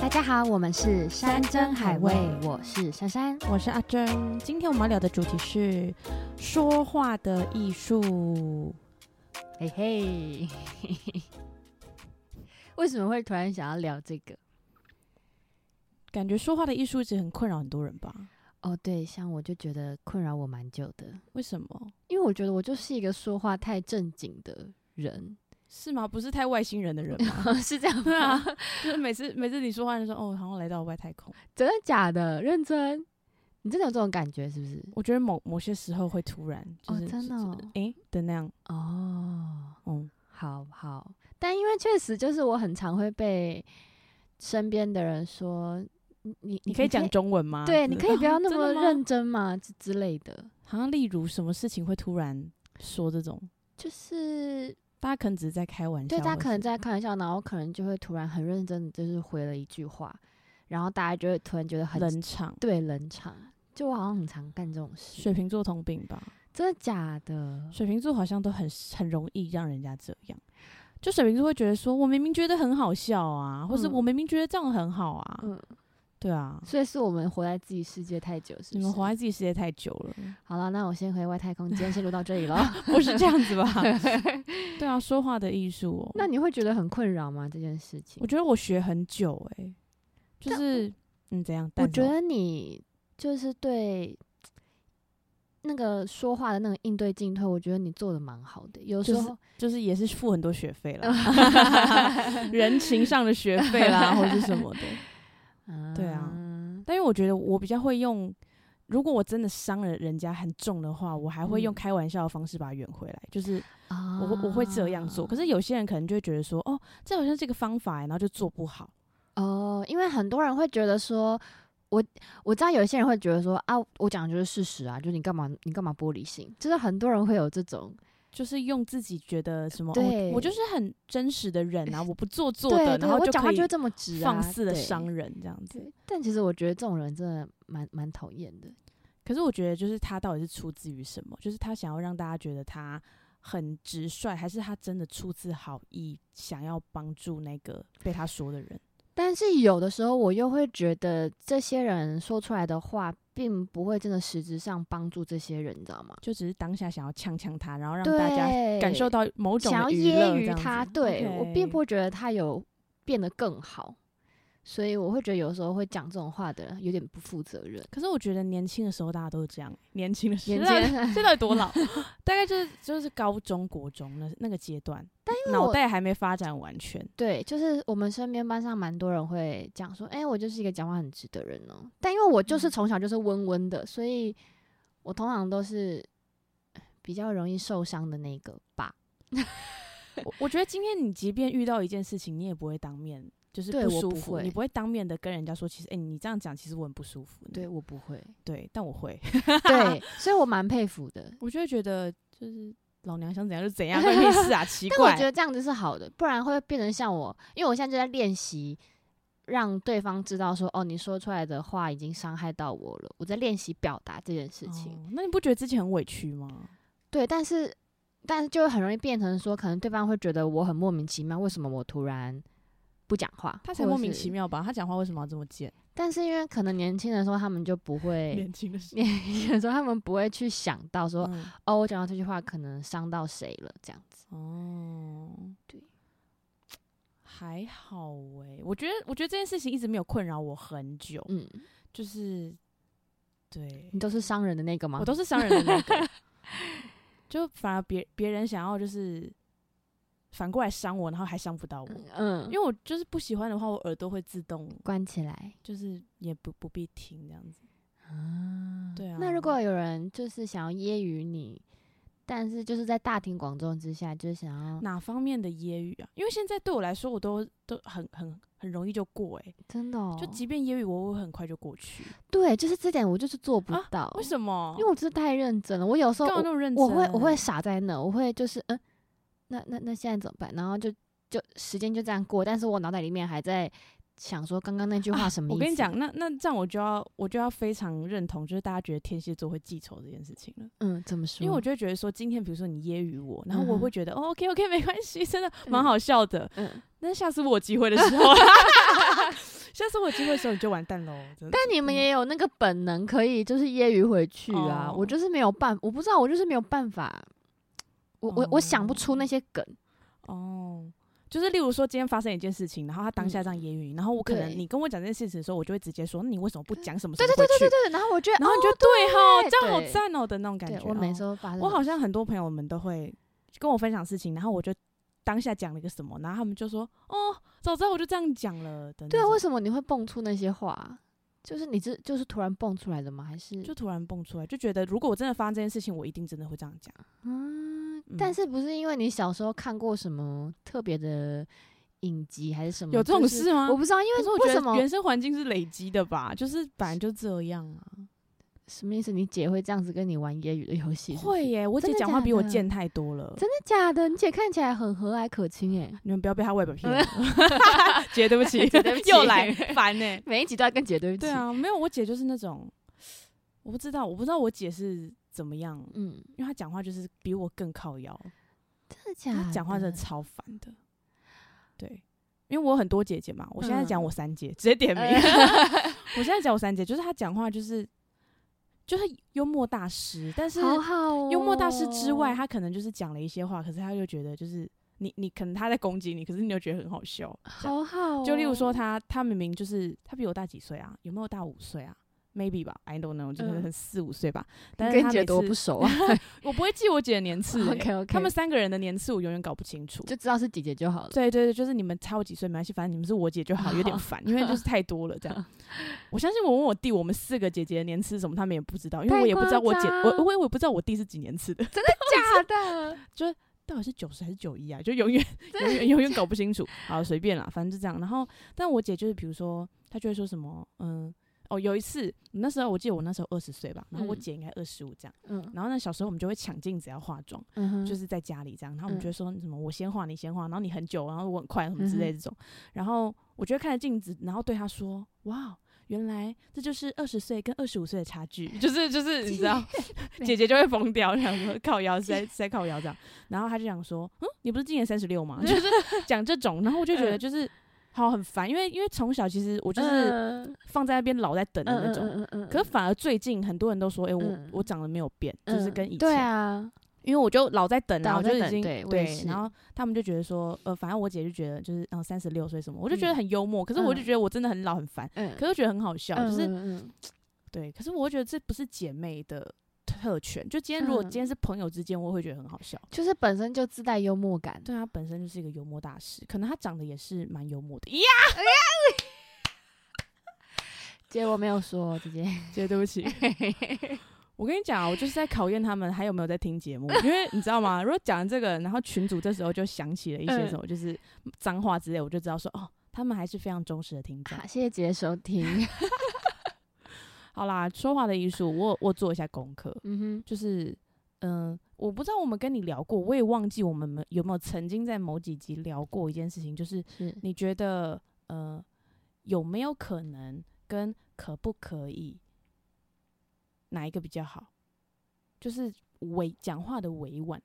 大家好，我们是山珍海味，我是珊珊， 我是阿珍。今天我们要聊的主题是说话的艺术。 嘿嘿，为什么会突然想要聊这个？ 感觉说话的艺术一直很困扰很多人吧？ 哦，对，像我就觉得困扰我蛮久的。 为什么？ 因为我觉得我就是一个说话太正经的人。 是吗？不是太外星人的人吗？ 是这样吗？ 就是每次你说话就说哦，好像来到外太空。 真的假的？认真？你真的有这种感觉是不是？ 我觉得某些时候会突然就是真的的那样好，但因为确实就是我很常会被身边的人说你可以讲中文吗？ 对，你可以不要那么认真吗？之类的。 好像例如什么事情会突然说这种， 就是大家可能只是在开玩笑， 对，大家可能在开玩笑，然后可能就会突然很认真的就是回了一句话，然后大家就会突然觉得很冷场。 对，冷场。就我好像很常干这种事。 水瓶座通病吧？ 真的假的？ 水瓶座好像都很容易让人家这样。就水瓶座会觉得说，我明明觉得很好笑啊，或是我明明觉得这样很好啊。对啊， 所以是我们活在自己世界太久，是不是？ 你们活在自己世界太久了。 好了，那我先回外太空，今天先录到这里了。 不是这样子吧？对啊，说话的艺术哦。 那你会觉得很困扰吗？这件事情？ 我觉得我学很久就是怎样？ 我觉得你就是对那个说话的那个应对进退，我觉得你做的蛮好的。有时候就是也是付很多学费啦，人情上的学费啦，或是什么的。对啊，但因为我觉得我比较会用，如果我真的伤了人家很重的话，我还会用开玩笑的方式把它圆回来，就是我会这样做。可是有些人可能就会觉得说，哦，这好像是一个方法，然后就做不好。 因为很多人会觉得说，我知道有些人会觉得说啊，我讲的就是事实啊，就是你干嘛玻璃心？就是很多人会有这种。 就是用自己觉得什么，我就是很真实的人啊，我不做的， 对然后就可以就这么直放肆的伤人这样子。 但其实我觉得这种人真的蛮讨厌的。 可是我觉得就是他到底是出自于什么？就是他想要让大家觉得他很直率，还是他真的出自好意，想要帮助那个被他说的人？ 但是有的时候我又会觉得这些人说出来的话并不会真的实质上帮助这些人，你知道吗？ 就只是当下想要呛他，然后让大家感受到某种的娱乐， 想要揶揄他。对，我并不觉得他有变得更好，所以我会觉得有时候会讲这种话的人有点不负责任。 可是我觉得年轻的时候大家都是这样，年轻的时候现在多老？大概就是高中国中那个阶段，但脑袋还没发展完全。 对，就是我们身边班上蛮多人会讲说，我就是一个讲话很直的人哦。但因为我就是从小就是温温的，所以我通常都是比较容易受伤的那个吧。 我觉得今天你即便遇到一件事情，你也不会当面就是不舒服，你不会当面的跟人家说，其实你这样讲其实我很不舒服。 对，我不会。 对，但我会。 对，所以我蛮佩服的。 我就会觉得就是老娘想怎样就怎样，关你屁事啊！奇怪。 但我觉得这样子是好的，不然会变成像我，因为我现在就在练习让对方知道说，你说出来的话已经伤害到我了。我在练习表达这件事情。 那你不觉得之前很委屈吗？ 对，但是就很容易变成说，可能对方会觉得我很莫名其妙，为什么我突然不讲话？ 他才莫名其妙吧？他讲话为什么要这么贱？ 但是因为可能年轻的时候他们就不会， 年轻的时候他们不会去想到说，我讲到这句话可能伤到谁了，这样子。对， 还好我觉得这件事情一直没有困扰我很久。就是对你都是伤人的那个吗？ 我都是伤人的那个。就反而别人想要就是反过来伤我，然后还伤不到我。因为我就是不喜欢的话，我耳朵会自动关起来， 就是也不必听这样子。对啊。 那如果有人就是想要揶揄你，但是就是在大庭广众之下，就是想要哪方面的揶揄啊？因为现在对我来说，我都很容易就过真的就即便揶揄我会很快就过去。 对，就是这点我就是做不到。 为什么？ 因为我真的太认真了。我有时候干嘛那么认真？ 我会傻在那，我会就是那现在怎么办？然后就时间就这样过，但是我脑袋里面还在想说刚刚那句话什么意思。 我跟你讲，那这样我就要非常认同，就是大家觉得天蝎座会记仇这件事情了。 怎么说？ 因为我就会觉得说，今天比如说你揶揄我，然后我会觉得OK 没关系，真的蛮好笑的。但是下次我有机会的时候， 下次我有机会的时候你就完蛋喽。但你们也有那个本能可以就是揶揄回去啊，我就是没有办，我不知道，我就是没有办法，我想不出那些梗。 就是例如说今天发生一件事情，然后他当下这样揶揄你，然后我可能你跟我讲这件事情的时候，我就会直接说，那你为什么不讲什么什么回去？ 对，然后我觉得， 然后你就对吼，这样好赞哦的那种感觉。 我每次都发生， 我好像很多朋友们都会跟我分享事情，然后我就当下讲了一个什么，然后他们就说，早知道我就这样讲了的。 对啊，为什么你会蹦出那些话？就是你就是突然蹦出来的吗？还是就突然蹦出来，就觉得如果我真的发生这件事情，我一定真的会这样讲。 但是不是因为你小时候看过什么特别的影集还是什么？ 有这种事吗？ 我不知道，因为为什么原生环境是累积的吧？就是本来就这样啊。 什么意思？你姐会这样子跟你玩揶揄的游戏？ 会耶，我姐讲话比我贱太多了。 真的假的？你姐看起来很和蔼可亲耶。 你们不要被她外表骗了。姐对不起，又来烦耶。 每一集都要跟姐对不起。 对啊，没有，我姐就是那种，我不知道我姐是怎么样。因为她讲话就是比我更靠腰。 真的假的？ 她讲话真的超烦的。对，因为我有很多姐姐嘛，我现在讲我三姐，直接点名。我现在讲我三姐，就是她讲话就是幽默大师，但是幽默大师之外，他可能就是讲了一些话，可是他又觉得就是你可能他在攻击你，可是你又觉得很好笑， 好好。 就例如说他明明就是他比我大几岁啊，有没有大5岁啊？maybe 吧 ，I don't know， 就是4、5岁吧。但是他跟姐多不熟啊， 我不会记我姐的年次。 OK， 他们3个人的年次我永远搞不清楚， 就知道是姐姐就好了。 对，就是你们差我几岁没关系，反正你们是我姐就好，有点烦，因为就是太多了这样。我相信我问我弟，我们4个姐姐的年次是什么，他们也不知道，因为我也不知道我姐，我也不知道我弟是几年次的。 真的假的？ 就到底是90还是91啊？就永远搞不清楚。好，随便啦，反正就这样。然后，但我姐就是比如说，她就会说什么，有一次，那时候我记得我那时候20岁吧，然后我姐应该25这样。然后呢，小时候我们就会抢镜子要化妆，就是在家里这样。然后我们就会说什么我先画，你先画，然后你很久，然后我很快，什么之类这种。然后我就会看着镜子，然后对她说：“哇，原来这就是20岁跟25岁的差距。”就是你知道，姐姐就会疯掉，想说靠腰是在靠腰这样。然后她就想说：“你不是今年36吗？”就是讲这种，然后我就觉得就是。好很烦，因为从小其实我就是放在那边老在等的那种，可是反而最近很多人都说，我长得没有变，就是跟以前， 对啊， 因为我就老在等啊，我就已经对， 然后他们就觉得说，反正我姐就觉得就是36岁什么，我就觉得很幽默，可是我就觉得我真的很老很烦，可是觉得很好笑，就是对，可是我觉得这不是姐妹的特权，就如果今天是朋友之间，我会觉得很好笑， 就是本身就自带幽默感。 对，他本身就是一个幽默大师，可能他长得也是蛮幽默的呀。 姐，我没有说， 姐，对不起。我跟你讲，我就是在考验他们还有没有在听节目，因为你知道吗？如果讲这个，然后群主这时候就想起了一些什么，就是脏话之类，我就知道说，他们还是非常忠实的听众。 谢谢姐收听。 好啦，说话的艺术，我做一下功课。就是我不知道我们跟你聊过，我也忘记我们有没有曾经在某几集聊过一件事情，就是你觉得有没有可能跟可不可以哪一个比较好？就是讲话的委婉，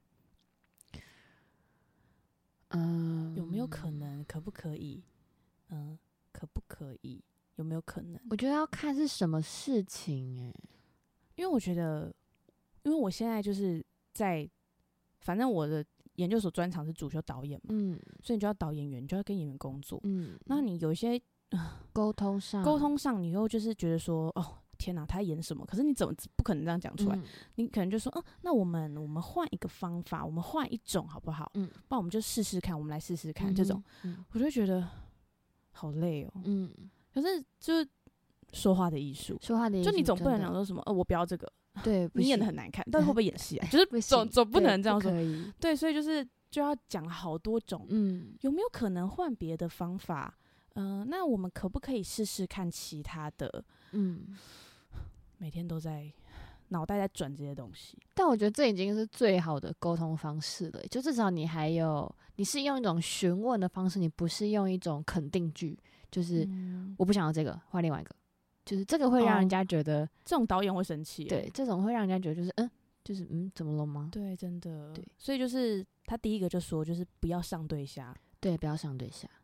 有没有可能？可不可以？可不可以？有没有可能？ 我觉得要看是什么事情因为我觉得，因为我现在就是反正我的研究所专长是主修导演嘛，所以你就要导演员，你就要跟演员工作，那你有一些沟通上， 你又就是觉得说，天哪，他在演什么？可是你怎么不可能这样讲出来？你可能就说，那我们换一个方法，我们换一种好不好？不然我们就试试看，我们来试试看这种，我就会觉得好累哦。可是就是说话的艺术，就你总不能讲说什么，我不要这个， 对， 你演的很难看，但会不会演戏啊？就是总不能这样说，对，所以就要讲好多种，有没有可能换别的方法？那我们可不可以试试看其他的？每天都在脑袋在转这些东西， 但我觉得这已经是最好的沟通方式了，就至少你是用一种询问的方式，你不是用一种肯定句。就是我不想要这个，换另外一个，就是这个会让人家觉得这种导演会生气。 对，这种会让人家觉得就是怎么了吗？ 对，真的。对，所以就是他第一个就说，就是不要上对下。 对，不要上对下。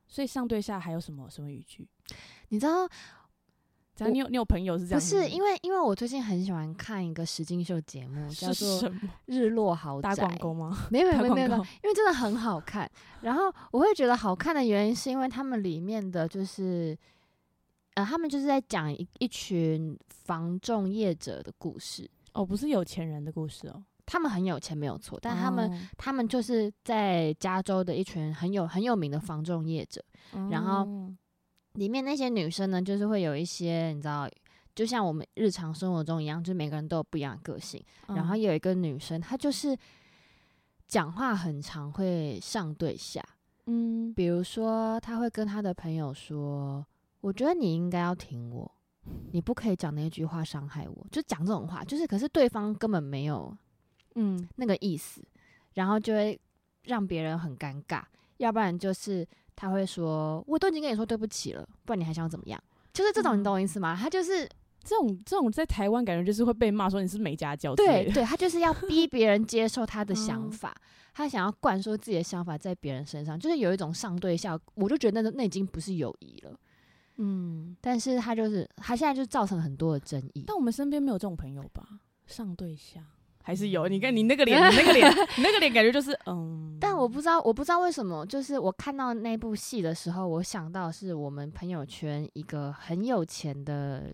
所以上对下还有什么语句？ 你知道？ 这样你有朋友是这样子？ 不是，因为我最近很喜欢看一个实境秀节目，叫做《日落豪宅》。 打广告吗？ 没有，因为真的很好看。然后我会觉得好看的原因，是因为他们里面的就是，他们就是在讲一群房仲业者的故事。 哦，不是有钱人的故事哦。 他们很有钱没有错，但他们就是在加州的一群很有名的房仲业者，然后里面那些女生呢，就是会有一些你知道，就像我们日常生活中一样，就是每个人都有不一样的个性。然后有一个女生，她就是讲话很常会上对下，比如说她会跟她的朋友说：“我觉得你应该要挺我，你不可以讲那句话伤害我。”就讲这种话，就是可是对方根本没有那个意思，然后就会让别人很尴尬。要不然就是他会说：“我都已经跟你说对不起了，不然你还想怎么样？”就是这种，你懂我意思吗？他就是这种在台湾感觉就是会被骂说你是没家教之类的。 对，他就是要逼别人接受他的想法，他想要灌输自己的想法在别人身上，就是有一种上对下。我就觉得那已经不是友谊了。但是他现在就造成很多的争议。 但我们身边没有这种朋友吧？上对下。还是有，你看你那个脸，你那个脸感觉就是但我不知道为什么，就是我看到那部戏的时候，我想到是我们朋友圈一个很有钱的，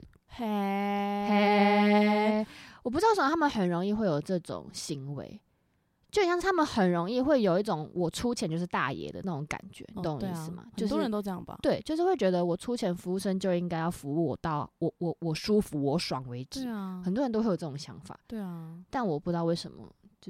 我不知道为什么他们很容易会有这种行为，就像他们很容易会有一种我出钱就是大爷的那种感觉，你懂我意思吗？ 很多人都这样吧？ 对，就是会觉得我出钱，服务生就应该要服务我到我舒服我爽为止。 对啊， 很多人都会有这种想法。 对啊， 但我不知道为什么，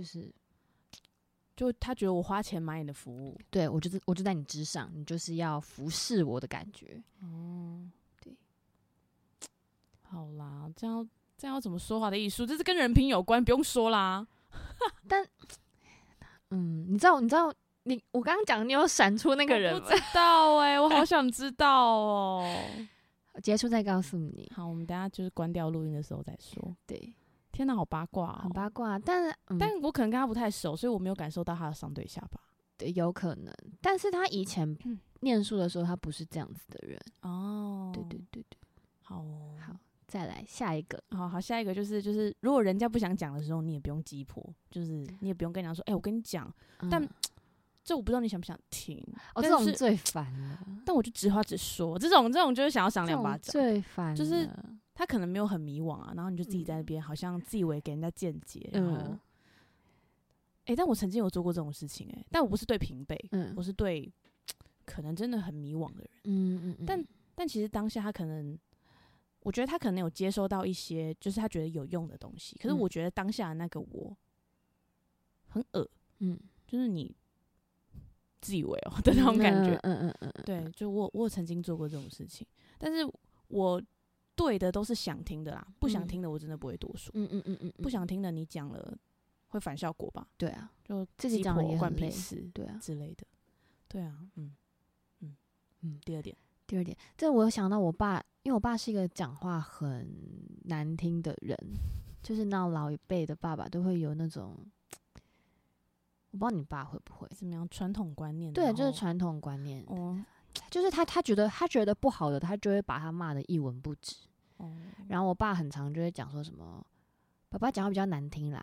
就他觉得我花钱买你的服务， 对我就在你之上，你就是要服侍我的感觉。对， 好啦，这样要怎么说话的艺术？这是跟人品有关，不用说啦。 但你知道我刚刚讲，你有闪出那个人吗？ 我不知道我好想知道哦。 结束再告诉你。 好，我们等一下就是关掉录音的时候再说。 对， 天哪，好八卦哦， 很八卦。但我可能跟他不太熟，所以我没有感受到他的上对下吧。 对，有可能。但是他以前念书的时候，他不是这样子的人。 哦， 对， 好哦， 好。再来下一个， 好，下一个就是如果人家不想讲的时候，你也不用鸡婆，就是你也不用跟人家说，我跟你讲，但这我不知道你想不想听。 这种最烦了。 但我就直话直说，这种就是想要赏两巴掌， 最烦。 就是他可能没有很迷惘啊，然后你就自己在那边好像自以为给人家见解，然后，但我曾经有做过这种事情，但我不是对平辈，我是对可能真的很迷惘的人，但其实当下他可能。我觉得他可能有接收到一些，就是他觉得有用的东西。可是我觉得当下的那个我很恶，就是你自以为的那种感觉。对，就我有曾经做过这种事情，但是我对的都是想听的啦，不想听的我真的不会多说。不想听的你讲了会反效果吧？ 对啊， 就自己讲的也很累， 对啊之类的。对啊，第二点， 这我有想到我爸，因为我爸是一个讲话很难听的人，就是那种老一辈的爸爸都会有那种，我不知道你爸会不会怎么样传统观念？ 对，就是传统观念，就是他觉得不好的，他就会把他骂得一文不值。然后我爸很常就会讲说什么，爸爸讲话比较难听啦，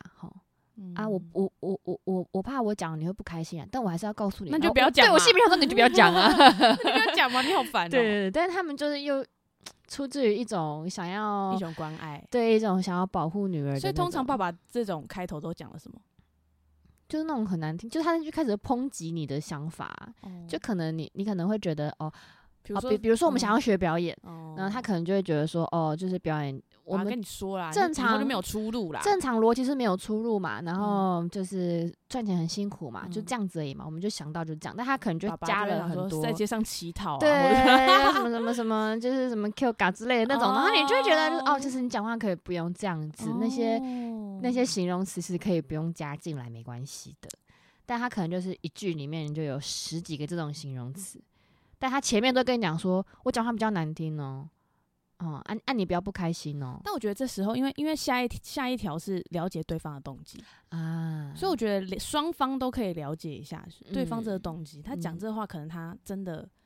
我怕我讲你会不开心啊，但我还是要告诉你， 那就不要讲。 对我心里面想说你就不要讲啊， 你不要讲嘛，你好烦。 对，但是他们就是又出自于一种想要一种关爱， 对，一种想要保护女儿的。 所以通常爸爸这种开头都讲了什么？ 就是那种很难听，就是他就开始抨击你的想法，就可能你可能会觉得比如说我们想要学表演，然后他可能就会觉得说就是表演。我们跟你说啦， 正常就没有出路啦。 正常逻辑是没有出路嘛，然后就是赚钱很辛苦嘛，就这样子而已嘛。我们就想到就这样，但他可能就加了很多在街上乞讨， 对，什么，就是什么 Q 嘎之类的那种，然后你就会觉得就是你讲话可以不用这样子，那些形容词是可以不用加进来，没关系的。但他可能就是一句里面就有10几个这种形容词，但他前面都跟你讲说，我讲话比较难听哦。你不要不开心哦。 但我觉得这时候，因为下一条是了解对方的动机啊，所以我觉得双方都可以了解一下对方这个动机。他讲这话，可能他真的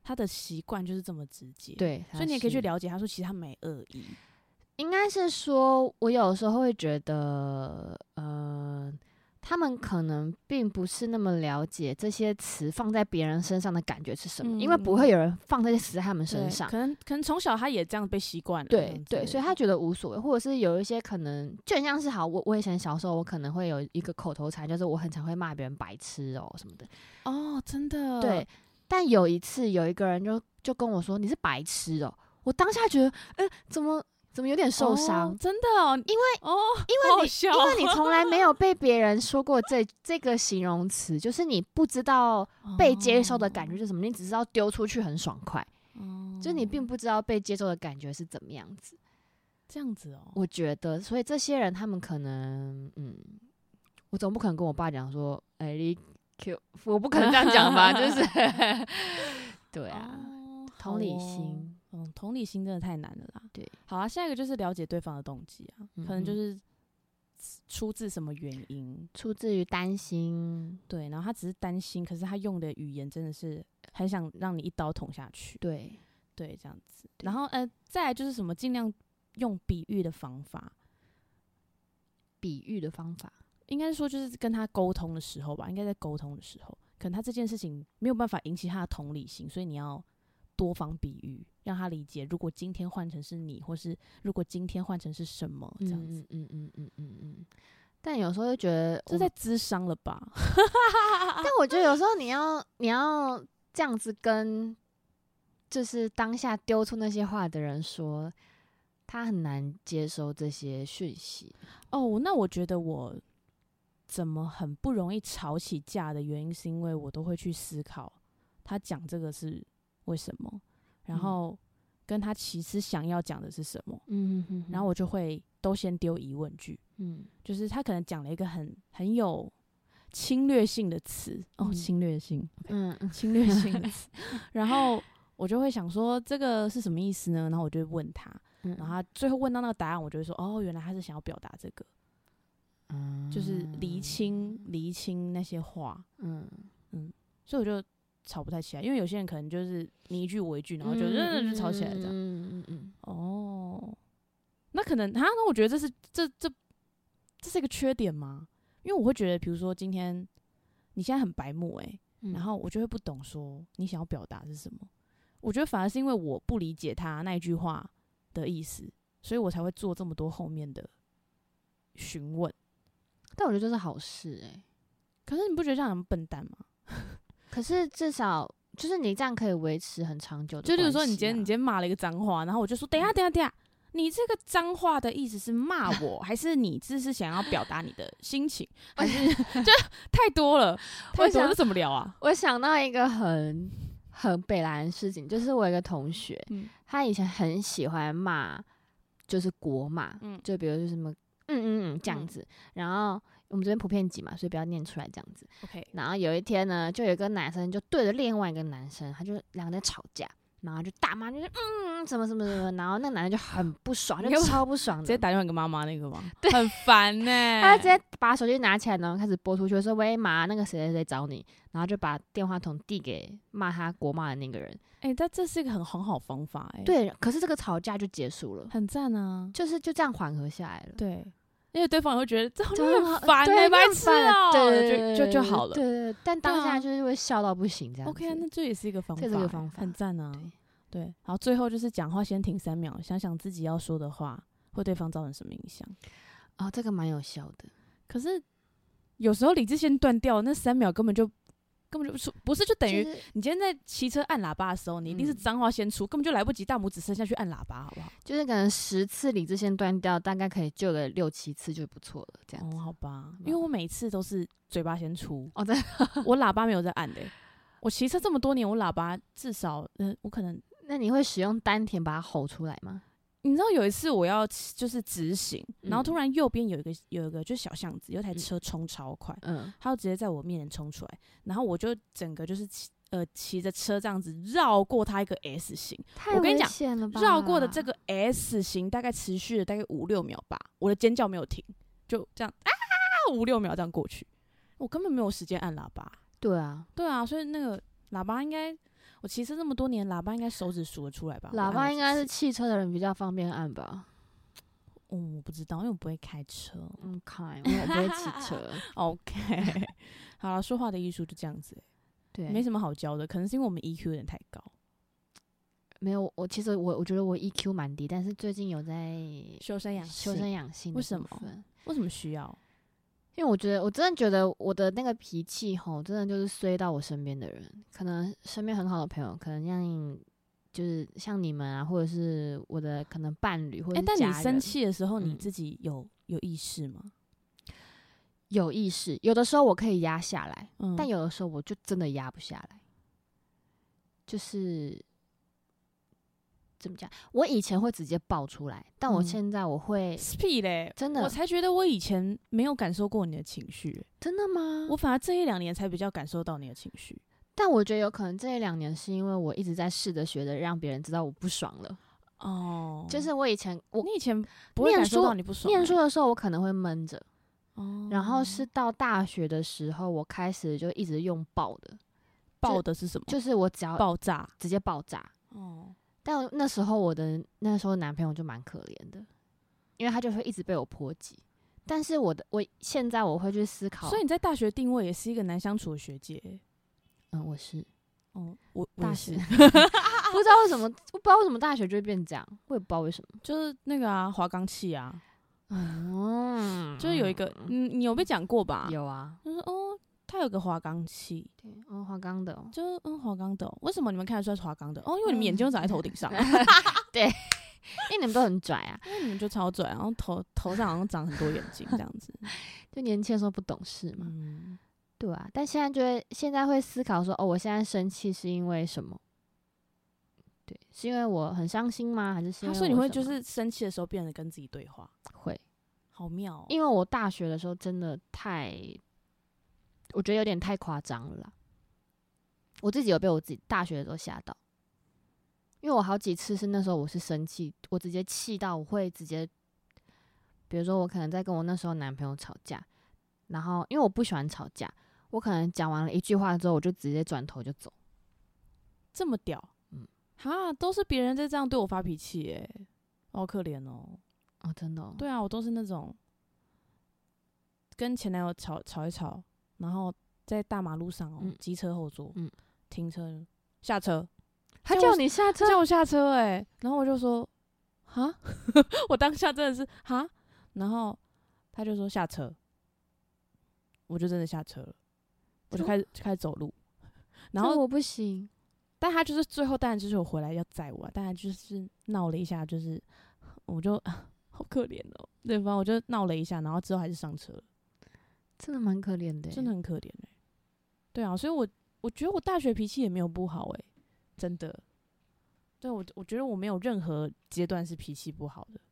他的习惯就是这么直接， 对， 所以你也可以去了解他说其实他没恶意。 应该是说，我有时候会觉得，他们可能并不是那么了解这些词放在别人身上的感觉是什么，因为不会有人放这些词在他们身上。 可能从小他也这样被习惯了， 对对，所以他觉得无所谓，或者是有一些可能就很像是我以前小时候，我可能会有一个口头禅，就是我很常会骂别人白痴哦什么的。 哦，真的。 对，但有一次有一个人就跟我说你是白痴哦，我当下觉得，怎么有点受伤？ 真的哦，因为你从来没有被别人说过这个形容词，就是你不知道被接受的感觉是什么，你只知道丢出去很爽快，就是你并不知道被接受的感觉是怎么样子。 这样子哦， 我觉得，所以这些人他们可能，我总不可能跟我爸讲说，你 Q， 我不可能这样讲吧，就是，对啊，同理心。 同理心真的太难了啦。 对， 好啊，下一个就是了解对方的动机啊，可能就是出自什么原因， 出自于担心， 对，然后他只是担心，可是他用的语言真的是很想让你一刀捅下去， 对， 这样子。然后再来就是什么，尽量用比喻的方法，应该说就是跟他沟通的时候吧，应该在沟通的时候，可能他这件事情没有办法引起他的同理心，所以你要多方比喻，让他理解。如果今天换成是你，或是如果今天换成是什么，这样子。 但有时候就觉得这在諮商了吧？ 但我觉得有时候你要这样子跟，就是当下丢出那些话的人说，他很难接收这些讯息。 哦，那我觉得我怎么很不容易吵起架的原因，是因为我都会去思考他讲这个是为什么，然后跟他其实想要讲的是什么，然后我就会都先丢疑问句，就是他可能讲了一个很有侵略性的词，侵略性，侵略性的词，然后我就会想说这个是什么意思呢？然后我就会问他，然后他最后问到那个答案，我就会说哦，原来他是想要表达这个，就是厘清那些话，所以我就吵不太起来，因为有些人可能就是你一句我一句，然后就吵起来这样。那可能那我觉得这是一个缺点吗？因为我会觉得，比如说今天你现在很白目然后我就会不懂说你想要表达是什么。我觉得反而是因为我不理解他那一句话的意思，所以我才会做这么多后面的询问。 但我觉得这是好事可是你不觉得这样很笨蛋吗？ 可是至少就是你这样可以维持很长久的关系啊。 就例如说你今天骂了一个脏话，然后我就说等一下，你这个脏话的意思是骂我，还是你只是想要表达你的心情，还是就太多了，这怎么聊啊？ 我想到一个很北蓝的事情，就是我有一个同学，他以前很喜欢骂，就是国骂，就比如说什么这样子，然后我们这边普遍级嘛，所以不要念出来这样子。 OK。 然后有一天呢，就有一个男生就对着另外一个男生，他就两个人吵架，然后就大骂，就是什么什么什么，然后那个男的就很不爽，就超不爽的， 直接打电话给妈妈那个吗？对，很烦他直接把手机拿起来，然后开始拨出去，说喂妈，那个谁谁谁找你，然后就把电话筒递给骂他国骂的那个人。 但这是一个很好方法对，可是这个吵架就结束了， 很赞啊， 就这样缓和下来了。 对。因为对方也会觉得这很烦白痴对，就好了。 对，但当下就是会笑到不行这样子。 OK， 那这也是一个方法， 这是个方法， 很赞啊。对，好，最后就是讲话先停3秒，想想自己要说的话会对方造成什么影响。 这个蛮有效的。 可是有时候理智线断掉，那3秒根本就不是，就等于你今天在骑车按喇叭的时候，你一定是脏话先出，根本就来不及大拇指伸下去按喇叭，好不好？ 就是可能10次理智线断掉，大概可以救个6、7次就不错了，这样子。 好吧，因为我每次都是嘴巴先出， 真的， 我喇叭没有在按的。我骑车这么多年，我喇叭至少我可能， 那你会使用丹田把它吼出来吗？ 你知道有一次我要就是直行，然后突然右边有一个就是小巷子，有一台车冲超快，他就直接在我面前冲出来，然后我就整个就是骑着车这样子绕过他一个 S 型。我跟你讲，绕过的这个 S 型大概持续了大概5、6秒吧，我的尖叫没有停，就这样5、6秒这样过去，我根本没有时间按喇叭。 对啊， 所以那个喇叭应该。 我骑车这么多年，喇叭应该手指数得出来吧？ 喇叭应该是汽车的人比较方便按吧？ 我不知道，因为我不会开车。 OK， 因为我不会骑车。 OK， 好了，说话的艺术就这样子。 对， 没什么好教的，可能是因为我们 EQ 有点太高。 没有，其实我觉得我 EQ 蛮低，但是最近有在修身养性。 为什么？为什么需要？ 因为我真的觉得我的那个脾气吼，真的就是衰到我身边的人，可能身边很好的朋友，可能就是像你们啊，或者是我的可能伴侣或者是家人。 但你生气的时候，你自己有意识吗？ 有意识，有的时候我可以压下来，但有的时候我就真的压不下来。就是怎么讲？我以前会直接爆出来，但我现在我会屁嘞， 真的， 我才觉得我以前没有感受过你的情绪。 真的吗？ 我反而这1-2年才比较感受到你的情绪。 但我觉得有可能这1-2年是因为我一直在试着学着让别人知道我不爽了。就是你以前不会感受到你不爽。 念书的时候我可能会闷着，然后是到大学的时候，我开始就一直用爆的。 爆的是什么？ 就是我只要爆炸， 直接爆炸。但那时候那时候男朋友就蛮可怜的，因为他就会一直被我波及。但是我现在我会去思考， 所以你在大学定位也是一个难相处的学姐。 我是。 我大学不知道为什么大学就会变这样，我也不知道为什么。 就是那个滑钢器啊，就是有一个，你有被讲过吧？ 有啊， 就是它有个滑钢器， 对，滑钢的， 就滑钢的。为什么你们看得出来是滑钢的？因为你们眼睛都长在头顶上。 对，因为你们都很拽啊， 因为你们就超拽，然后头上好像长很多眼睛这样子。 就年轻的时候不懂事嘛。对啊，但现在会思考说，我现在生气是因为什么？对，是因为我很伤心吗？还是因为所以你会就是生气的时候变得跟自己对话？ 会， 好妙。 因为我大学的时候真的我觉得有点太夸张了啦。我自己有被我自己大学的时候吓到，因为我好几次是那时候我是生气，我直接气到我会直接，比如说我可能在跟我那时候男朋友吵架，然后因为我不喜欢吵架，我可能讲完了一句话之后，我就直接转头就走。 这么屌？都是别人在这样对我发脾气耶，好可怜哦。 真的哦。 对啊，我都是那种跟前男友吵一吵，然后在大马路上机车后座停车下车， 他叫你下车， 叫我下车然后我就说哈，我当下真的是哈，然后他就说下车，我就真的下车了，我就开始走路，然后我不行。 但他就是最后当然就是我回来要载我，当然就是闹了一下，就是我就好可怜哦，对方我就闹了一下，然后之后还是上车了， 真的蛮可怜的， 真的很可怜对啊，所以我觉得我大学脾气也没有不好真的，对我觉得我没有任何阶段是脾气不好的，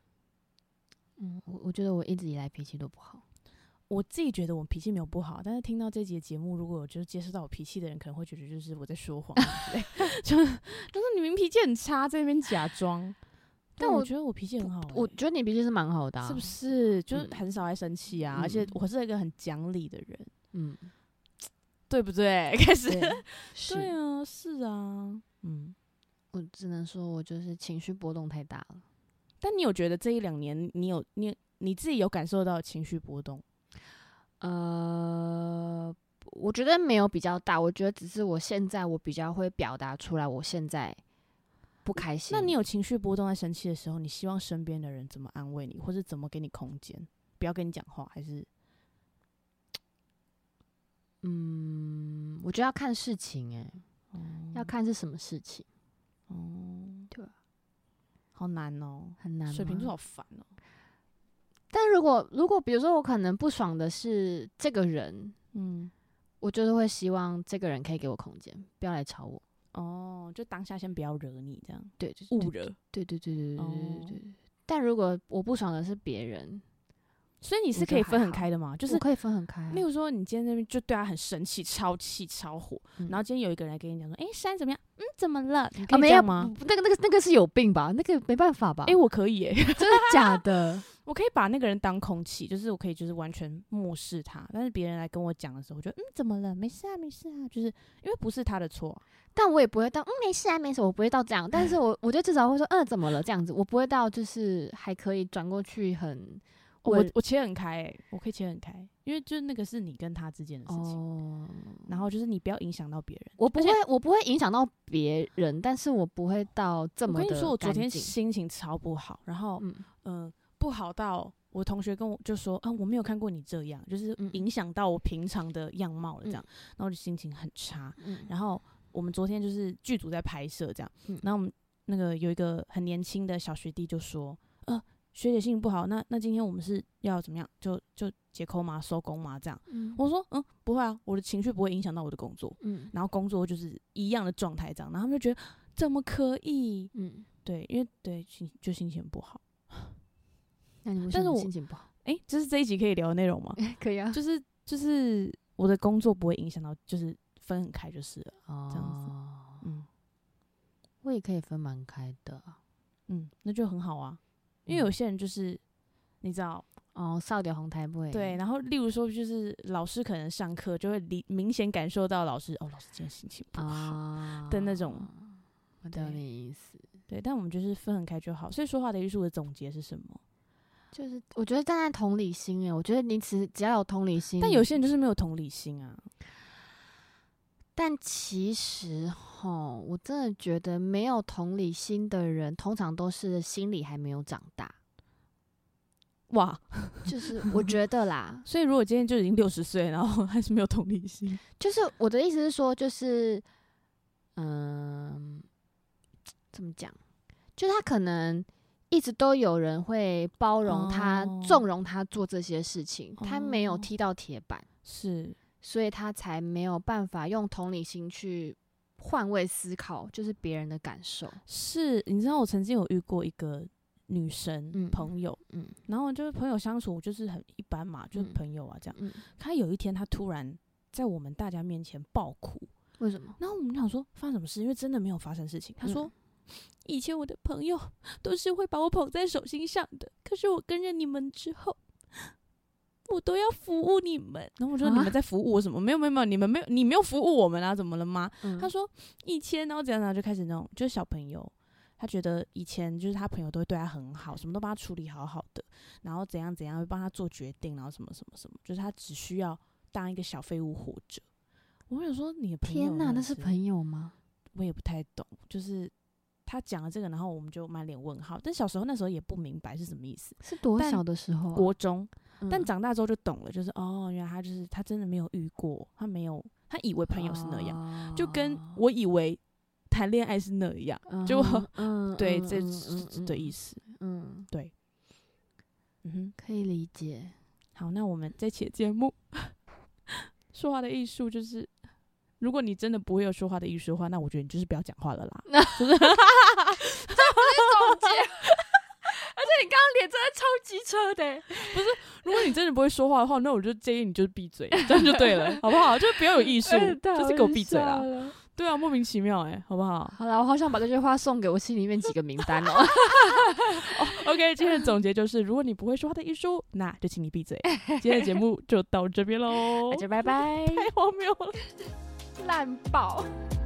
我觉得我一直以来脾气都不好。 我自己觉得我脾气没有不好，但是听到这集的节目，如果有就是接受到我脾气的人，可能会觉得就是我在说谎之类，就是你明明脾气很差，在那边假装。但我觉得我脾气很好我觉得你脾气是蛮好的， 是不是？就是很少爱生气啊，而且我是一个很讲理的人，对不对？开始，对啊，是啊， 我只能说我就是情绪波动太大了。 但你有觉得这1-2年你自己有感受到情绪波动？ 我觉得没有比较大，我觉得只是我现在我比较会表达出来，我现在不开心。 那你有情绪波动在生气的时候，你希望身边的人怎么安慰你，或是怎么给你空间，不要跟你讲话，还是？ 我觉得要看事情要看是什么事情。对啊， 好难哦， 很难。 水瓶座好烦哦。 但如果比如说我可能不爽的是这个人，我就是会希望这个人可以给我空间，不要来吵我。 就当下先不要惹你，这样对， 勿惹。 对。但如果我不爽的是别人， 所以你是可以分很开的吗？就是我可以分很开。 例如说，你今天那边就对他很生气、超气、超火，然后今天有一个人来跟你讲说：“珊怎么样？怎么了？你可以这样吗？” 那个是有病吧？那个没办法吧？ 我可以真的假的？ 我可以把那个人当空气，就是我可以就是完全漠视他，但是别人来跟我讲的时候，我就怎么了？没事啊，没事啊，就是因为不是他的错、啊。 但我也不会到没事啊，没事，我不会到这样。但是我觉得至少会说怎么了这样子，我不会到就是还可以转过去很。 我切很开我可以切很开，因为就是那个是你跟他之间的事情，然后就是你不要影响到别人。我不会影响到别人，但是我不会到这么的干净。 我跟你说，我昨天心情超不好，然后不好到我同学跟我就说我没有看过你这样，就是影响到我平常的样貌了这样，然后我就心情很差。然后我们昨天就是剧组在拍摄这样，然后我们那个有一个很年轻的小学弟就说学姐心情不好，那今天我们是要怎么样？就解扣吗？收工吗？这样？我说不会啊，我的情绪不会影响到我的工作。然后工作就是一样的状态这样，然后他们就觉得怎么可以？对，因为对就心情不好。 那你为什么心情不好？ 这是这一集可以聊的内容吗？ 可以啊， 就是我的工作不会影响到，就是分很开就是了。这样子。 我也可以分蛮开的。 那就很好啊。因为有些人就是你知道少点红台不会对，然后例如说就是老师可能上课就会明显感受到老师今天心情不好的那种。 我懂你意思。 对，但我们就是分很开就好。所以说话的艺术的总结是什么？ 就是我觉得站在同理心我觉得你只要有同理心， 但有些人就是没有同理心啊。 但其实我真的觉得没有同理心的人，通常都是心理还没有长大。 哇， 就是我觉得啦。 所以如果今天就已经60岁，然后还是没有同理心， 就是我的意思是说，就是怎么讲？就是他可能一直都有人会包容他、纵容他做这些事情，他没有踢到铁板， 是。 所以他才没有办法用同理心去换位思考，就是别人的感受。 是，你知道我曾经有遇过一个女生朋友，然后就是朋友相处就是很一般嘛，就是朋友啊这样。她有一天她突然在我们大家面前爆哭， 为什么？ 然后我们想说发生什么事，因为真的没有发生事情。她说以前我的朋友都是会把我捧在手心上的，可是我跟着你们之后，我都要服务你们。然后我说你们在服务我什么？没有，你没有服务我们啊，怎么了吗？他说以前然后怎样，然后就开始那种就是小朋友，他觉得以前就是他朋友都会对他很好，什么都帮他处理好好的，然后怎样会帮他做决定，然后什么什么什么，就是他只需要当一个小废物活着。我想说你的朋友， 天哪，那是朋友吗？ 我也不太懂，就是他讲了这个，然后我们就满脸问号。但那时候也不明白是什么意思。 是多小的时候？ 国中。但长大之后就懂了，就是原来他真的没有遇过，他以为朋友是那样，就跟我以为谈恋爱是那样，就对这的意思。对， 可以理解。 好，那我们这期的节目说话的艺术就是，如果你真的不会有说话的艺术的话，那我觉得你就是不要讲话了啦。就是这不是总结。而且你刚刚脸真的超机车的。 不是，如果你真的不会说话的话，那我就建议你就是闭嘴，这样就对了，好不好？就不要有艺术，就是给我闭嘴啦。对啊，莫名其妙好不好？ 好啦，我好想把这句话送给我心里面几个名单哦。 OK， 今天的总结就是，如果你不会说话的艺术，那就请你闭嘴。今天的节目就到这边喽， 大家拜拜。 太荒谬了， 烂爆。